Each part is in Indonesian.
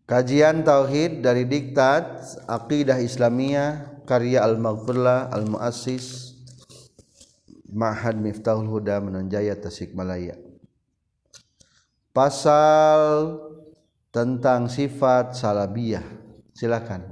Kajian Tauhid dari Diktat Aqidah Islamiyah karya Al-Maghfurlah Al-Muassis Ma'had Miftahul Huda Menanjaya Tasikmalaya. Pasal tentang sifat salabiyah. Silakan.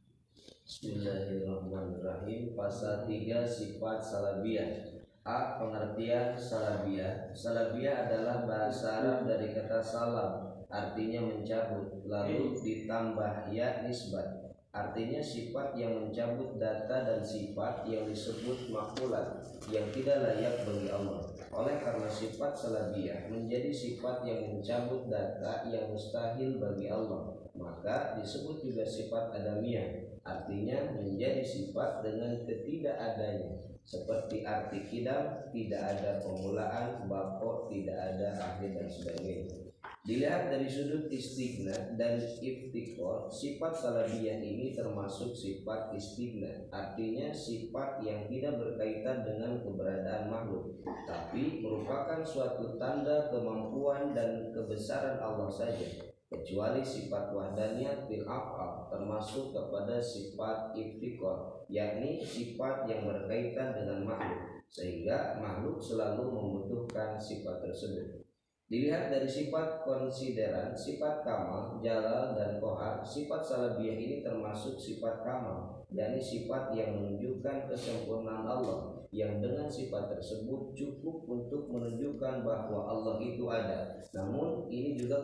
Bismillahirrahmanirrahim. Pasal 3 sifat salabiyah. A. Pengertian salabiyah. Salabiyah adalah bahasa Arab dari kata salam, artinya mencabut, lalu ditambah ya nisbat, artinya sifat yang mencabut data dan sifat yang disebut makmulat yang tidak layak bagi Allah. Oleh karena sifat salabiyah menjadi sifat yang mencabut data yang mustahil bagi Allah, maka disebut juga sifat adamiyah, artinya menjadi sifat dengan ketidakadanya. Seperti arti kidam, tidak ada permulaan, bako, tidak ada akhir dan sebagainya. Dilihat dari sudut istighna dan iftikor, sifat salabiyah ini termasuk sifat istighna, artinya sifat yang tidak berkaitan dengan keberadaan makhluk, tapi merupakan suatu tanda kemampuan dan kebesaran Allah saja. Kecuali sifat wahdaniyah fil af'al termasuk kepada sifat iftikor, yakni sifat yang berkaitan dengan makhluk, sehingga makhluk selalu membutuhkan sifat tersebut. Dilihat dari sifat konsideran, sifat kamal, jalal, dan kohar, sifat salabiyah ini termasuk sifat kamal, yakni sifat yang menunjukkan kesempurnaan Allah, yang dengan sifat tersebut cukup untuk menunjukkan bahwa Allah itu ada. Namun ini juga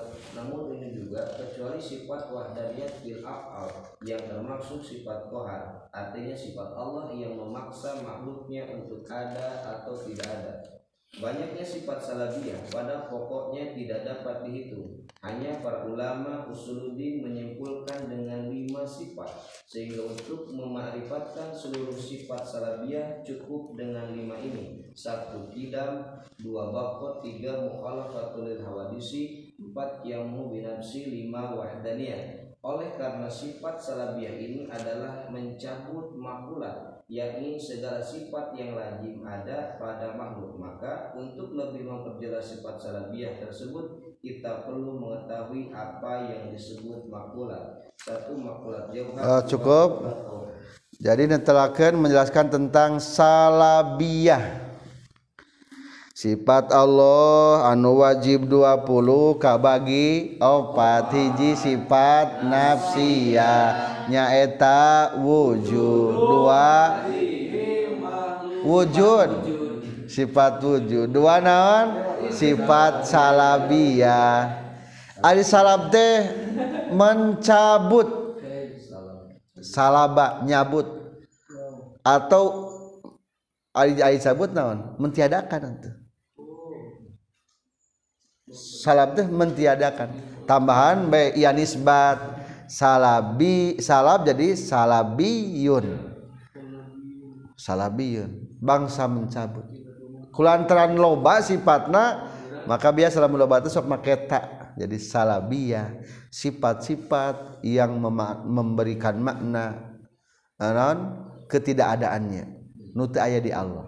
kecuali sifat wahdaniyah fil af'al yang termasuk sifat kohar, artinya sifat Allah yang memaksa makhluknya untuk ada atau tidak ada. Banyaknya sifat salabiyah pada pokoknya tidak dapat dihitung. Hanya para ulama usuluddin menyimpulkan dengan 5 sifat, sehingga untuk mema'rifatkan seluruh sifat salabiyah cukup dengan 5 ini: 1 qidam, 2 baqot, 3 mukhalafatul hawadisi, 4 qiyamu binafsi, 5 wahdaniyah. Oleh karena sifat salabiyah ini adalah mencabut makmulat, yakni segala sifat yang lazim ada pada makhluk, maka untuk lebih memperjelas sifat salabiyah tersebut kita perlu mengetahui apa yang disebut makmulat. 1 makmulat jauhar. Cukup. Jadi netelakeun menjelaskan tentang salabiyah. Sifat Allah anu wajib 20 kabagi 4. Hiji sifat nafsiyah nyaeta wujud. 2 wujud, sifat wujud. 2 naon? Sifat salabiyah. Ari salab teh mencabut, salaba nyabut, atau ari cabut naon? Mentiadakan itu. Salab teh mentiadakan. Tambahan be ya nisbat. Salab jadi salabiyun. Salabiyun, bangsa mencabut. Kulantaran loba sifatna, maka biasa lamun loba teh sok make ta. Jadi salabiyah, sifat-sifat yang memberikan makna naon ketidakadaannya nu teu aya di Allah.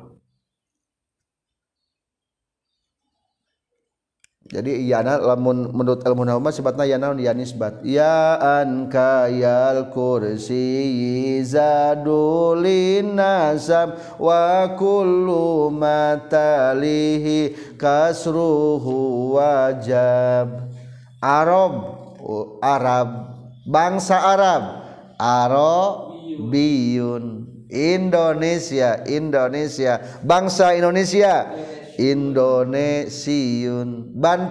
Jadi iyana lamun menurut ilmu nahwu sifatna ya naon ya nisbat. Ya anka yal kursi zadulin nasab wa kullu matalihi kasruhu wajab. Arab, bangsa Arab, Arabiyun. Indonesia, bangsa Indonesia, Indonesiun.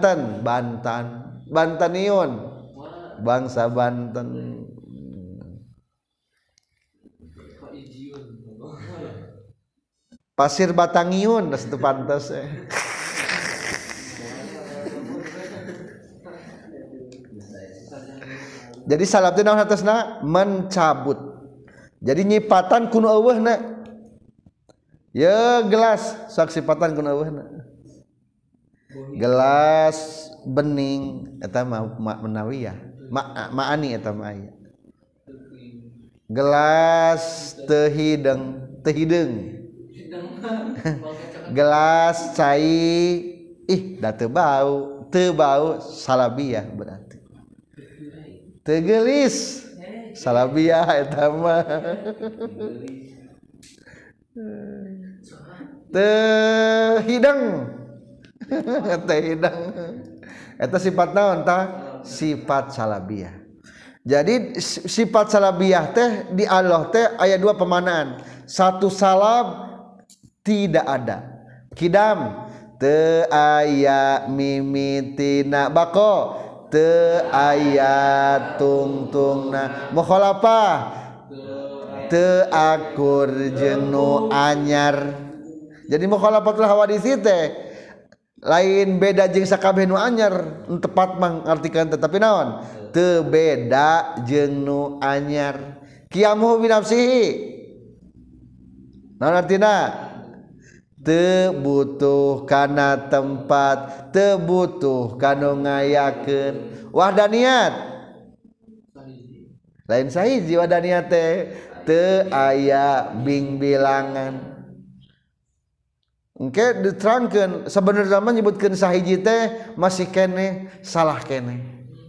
Bantaniun, bangsa Banten. Pasir Batangiun, itu pantas. Jadi salab teh naon atasna? Mencabut. Jadi nyipatan kuno eueuhna. Ya gelas sok sifatan kuno eueuhna. Gelas bening eta menawiyah. Ma'ani eta mah aya. Gelas teu hideung. Gelas cai ih da teu bau salabiyah berarti. tegelis salabiyah eta mah teu hidang teu hidang eta sifat naon tah sifat salabiyah. Jadi sifat salabiyah teh di Allah teh aya dua pemanaan. Satu salab tidak ada. Kidam teu aya mimitina bako teu aya tungtungna. Mukhalafah teu akur jeung nu anyar. Jadi mukhalafatul hawadits teh lain beda jeung sakabeh nu anyar tepat mengartikan tetapi naon teu beda jeung nu anyar. Qiyamuhu bi nafsihi naon artina teu butuh kana tempat teu butuh kanu ngayakeun. Wahdaniyat lain sahiji wahdaniyat teh teu aya bing bilangan. Engke diterangkeun sabenerna mah nyebutkeun sahiji teh masih keneh salah keneh.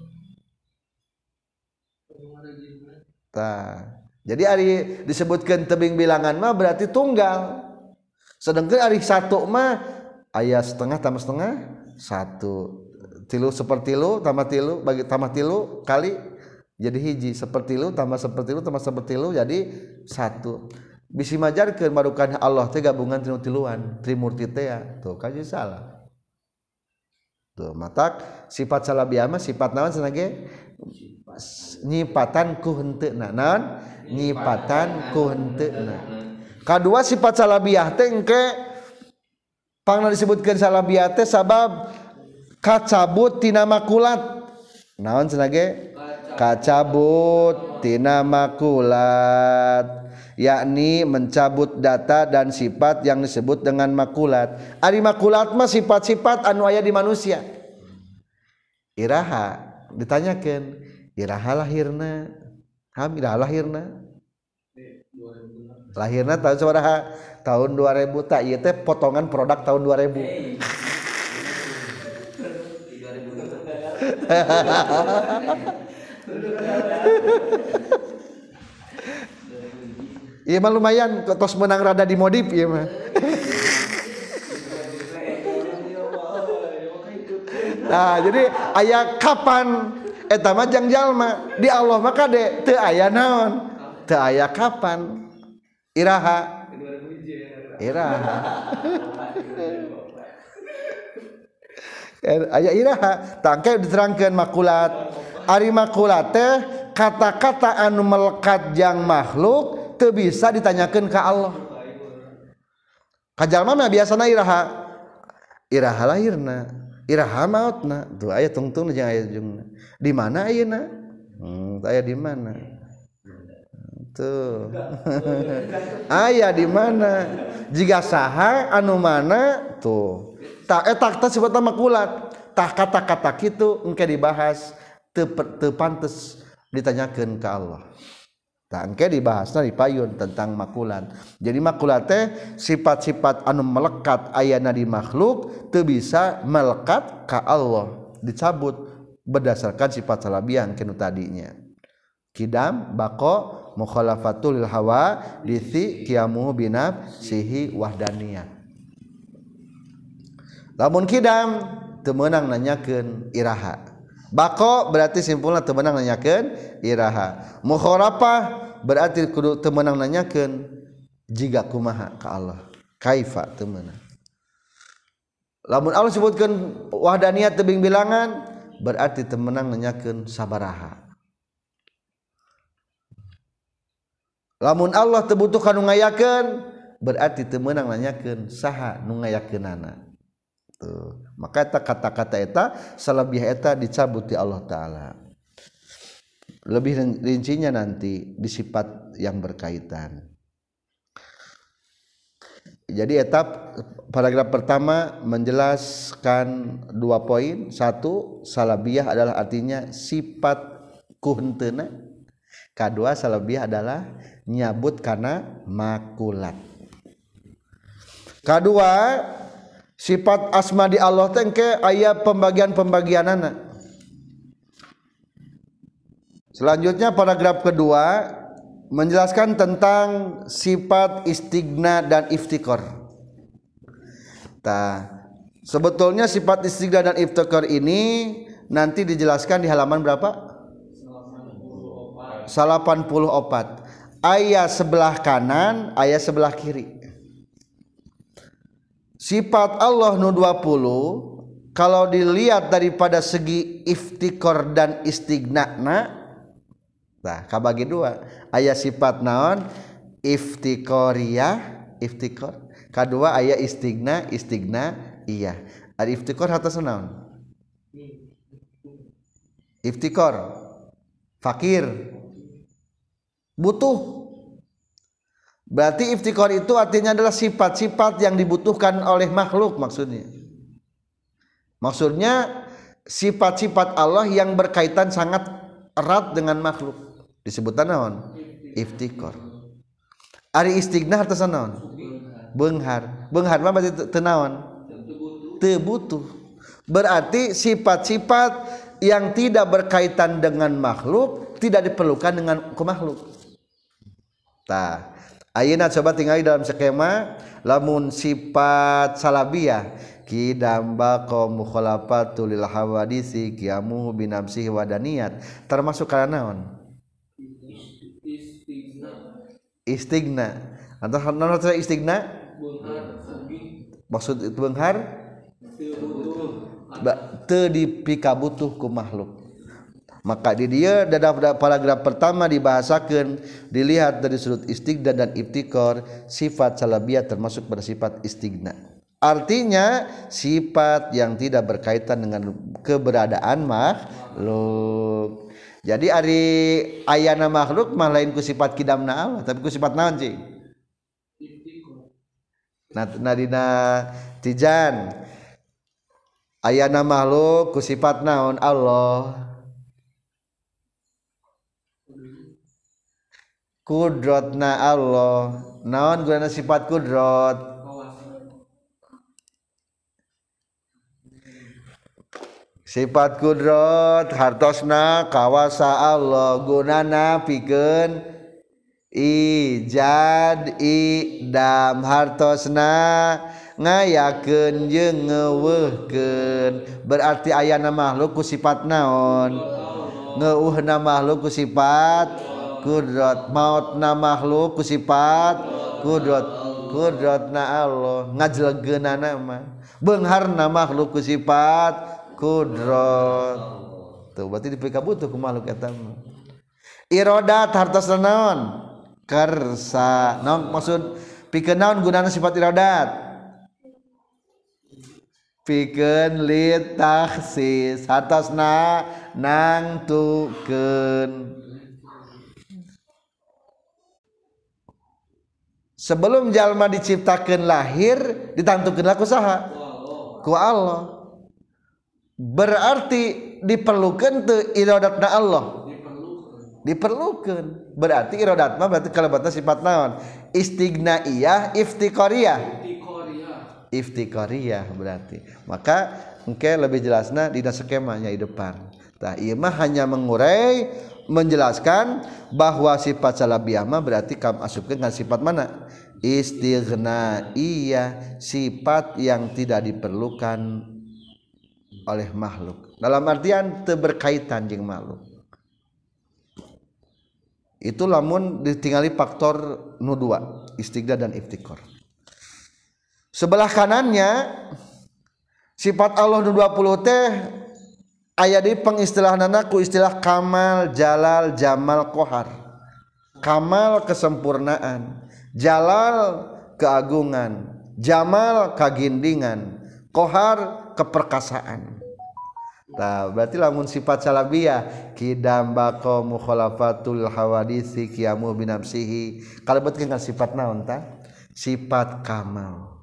Tah. Jadi ari disebutkeun tebing bilangan mah berarti tunggal. Sedengkeun ari satu mah aya setengah tambah setengah satu. Tilu sepertilu tambah tilu bagi tambah tilu kali jadi hiji, sepertilu tambah sepertilu tambah sepertilu jadi satu. Bisi majarkeun marukan Allah teh gabungan tinu tiluan trimurti teh tuh kaji salah tuh matak sifat salabiyah mah sifat naon cenah ge nyipatan ku henteuna naon nyipatan ku henteuna. Kadua sifat salabiyah teh engke pangna disebutkeun salabiyah teh sabab kacabut tina makulat naon cenah ge kacabut tina makulat yakni mencabut data dan sifat yang disebut dengan makulat. Ari makulat mah sifat-sifat anu aya di manusia. Iraha ditanyakeun, iraha lahirna, iraha lahirna. Lahirna tahun sabaraha? Tahun 2000 tak ieu teh potongan produk tahun 2000. Iya mah lumayan tos menang rada dimodif ieu mah. Nah, jadi aya kapan eta mah jang jalma di Allah mah kade teu aya naon? Teu aya kapan. Iraha. Iraha. Aya iraha, tangke diterangkeun makulat. Ari makulat teh kata-kata anu melekat jang makhluk teu bisa ditanyakeun ka Allah. Ka jalma mah biasana iraha lahirna, iraha mautna. Tuh aya tungtung jeung aya jungna. Di mana ayeuna? Aya di mana? Tuh. Aya di mana? Jiga saha anu mana? Tuh. Tah eta teh sifat makulat. Tah kata-kata kitu engke dibahas teu pantes ditanyakeun ka Allah. Tangke dibahasna di payun tentang makulat. Jadi makulat teh sifat-sifat anu melekat ayana di makhluk teu bisa melekat ka Allah, dicabut berdasarkan sifat salabiyah kenu tadinya. Kidam baqo mukhalafatul lil hawa dithi qiyamu binafsihi wahdaniyah. Lamun kidam teu meunang nanyakeun iraha. Bako berarti simpulna teu meunang nanyakeun iraha. Mukharafah berarti kudu teu meunang nanyakeun jiga kumaha ka Allah. Kaifa teu meunang. Lamun Allah sebutkeun wahdaniyat tebing bilangan berarti teu meunang nanyakeun sabaraha. Lamun Allah teu butuh kanu ngayakeun berarti teu meunang nanyakeun saha nu ngayakeunana. Tuh. Maka eta kata-kata eta salabiyah eta dicabut di Allah Ta'ala. Lebih rincinya nanti di sifat yang berkaitan. Jadi etap paragraf pertama menjelaskan 2 poin. 1, salabiyah adalah artinya sifat kuhentena. 2, salabiyah adalah nyabut kana makulat. 2, sifat asma di Allah teh engke aya pembagian-pembagianana. Selanjutnya paragraf kedua menjelaskan tentang sifat istigna dan iftikor. Sebetulnya sifat istigna dan iftikor ini nanti dijelaskan di halaman berapa? 84. Ayat sebelah kanan, ayat sebelah kiri. Sifat Allah nu 20 kalau dilihat daripada segi iftikor dan istigna, kabagi dua. Aya sifat naon? Iftikoriyah, iftikor. Kedua aya istigna, iya. Ada iftikor atas naon? Iftikor fakir, butuh. Berarti iftikor itu artinya adalah sifat-sifat yang dibutuhkan oleh makhluk maksudnya. Maksudnya sifat-sifat Allah yang berkaitan sangat erat dengan makhluk. Disebutkan naon? Iftikor. Ari istigna hartos naon? Beunghar. Beunghar mah berarti teu naon? Teu butuh. Berarti sifat-sifat yang tidak berkaitan dengan makhluk tidak diperlukan dengan makhluk. Ayeuna coba tinggali dalam skema lamun sifat salabiyah kidamba qaum mukhalafatu lil hawadisi qiyamu binafsihi wa daniyat termasuk kana naon? Istigna. Antara naon istigna? Maksud itu beunghar? Teu dipikabutuh ku makhluk. Maka di dia dalam paragraf pertama dibahasakan dilihat dari sudut istigna dan iftikor sifat salabiyah termasuk pada sifat istigna. Artinya sifat yang tidak berkaitan dengan keberadaan makhluk. Jadi ari ayana makhluk mah lain ku sifat kidamna Allah tapi ku sifat naon cing? Nadina tijan ayana makhluk ku sifat naon? Allah. Kudrotna Allah naon guna sifat kudrot? Sifat kudrot hartosna kawasa Allah gunana pikeun ijad idam hartosna ngayakeun jeung ngeuweuhkeun. Berarti ayana makhluk ku sifat naon? Ngeuweuhna makhluk ku sifat kudrat. Mautna makhluk ku sifat kudratna Allah ngajlegeunana mah. Beungharna makhluk ku sifat kudrat. Tuh berarti dipikabutuh ku makhluk eta mah. Iradat hartosna naon? Karsa. Naon maksud pikeun naon gunana sifat iradat? Pikeun li takhsis hartosna nangtukeun. Sebelum jalma diciptakan lahir ditantukeun ku saha? Ku Allah. Berarti diperlukeun teu iradatna Allah? Diperlukeun. Berarti iradat mah berarti kalebatna sifat naon? Istignaiyah, iftiqariyah. Iftiqariyah berarti. Maka engke lebih jelasna dina skemanya di depan. Ieu mah hanya mengurai menjelaskan bahwa sifat salabiyah mah berarti kam asupkeun ka sifat mana? Istignaiyah, sifat yang tidak diperlukan oleh makhluk. Dalam artian teu berkaitan jeung makhluk. Itu lamun ditingali faktor nu dua, istigna dan iftikor. Sebelah kanannya sifat Allah nu 20 teh aya di pengistilahnana ku istilah kamal, jalal, jamal, kohar. Kamal kesempurnaan, jalal keagungan, jamal kagindingan, kohar keperkasaan. Nah, berarti lamun sifat salabiyah kidam baqo mukhalafatul hawadisi qiyamu binafsihi kalebetkeun ka sifat naon tah? Sifat kamal.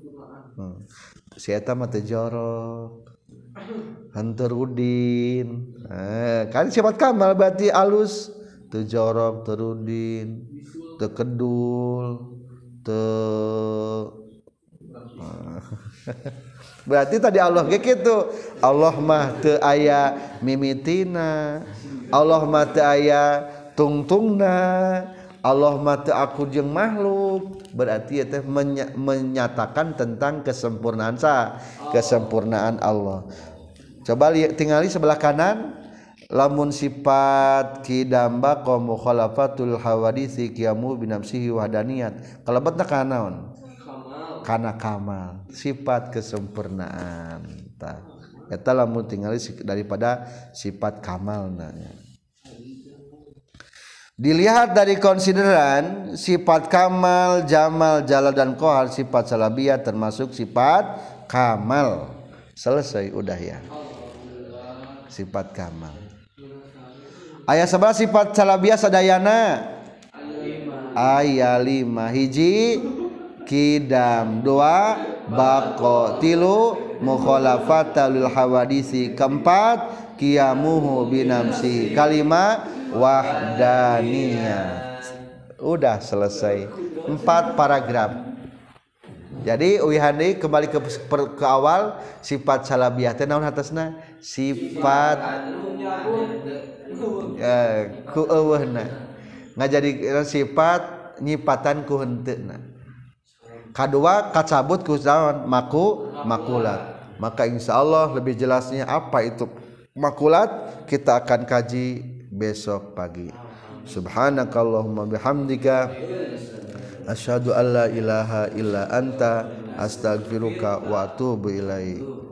Si eta mah teu jorok. Hantur udin. Kan sifat kamal berarti alus, teu jorok, teu udin, teu kedul, teu Berarti tadi Allah ge kitu. Allah mah teu aya mimitina. Allah mah teu aya tungtungna. Allah mah teu aku jeung makhluk. Berarti eta menyatakan tentang kesempurnaan kesempurnaan Allah. Coba tingali sebelah kanan. Lamun sifat kidamba qaum mukhalafatul hawaditsi qiyamu binafsihi wahdaniyat. Kalebetna kana naon? Kana kamal, sifat kesempurnaan. Tah. Eta lamun tingali daripada sifat kamal nanya. Dilihat dari konsideran sifat kamal, jamal, jalal dan kohar, sifat salabiyah termasuk sifat kamal. Selesai udah ya. Sifat kamal. Aya sabaraha sifat salabiyah sadayana? Aya 5. Hiji kidam, 2 baqo, 3 mukhalafata lil hawadisi, 4 qiyamuhu binafsi, 5 wahdaniyah. Udah selesai 4 paragraf. Jadi Wihandi kembali ke awal sifat salabiyah teh naon atasna? Sifat ku eueuhna. Ngajadi sifat nyipatan ku henteuna. Kadua kacabut ku naon? Makulat. Maka insyaallah lebih jelasnya apa itu makulat kita akan kaji besok pagi. Subhanakallahumma bihamdika asyhadu an la ilaha illa anta astaghfiruka wa atubu ilaik.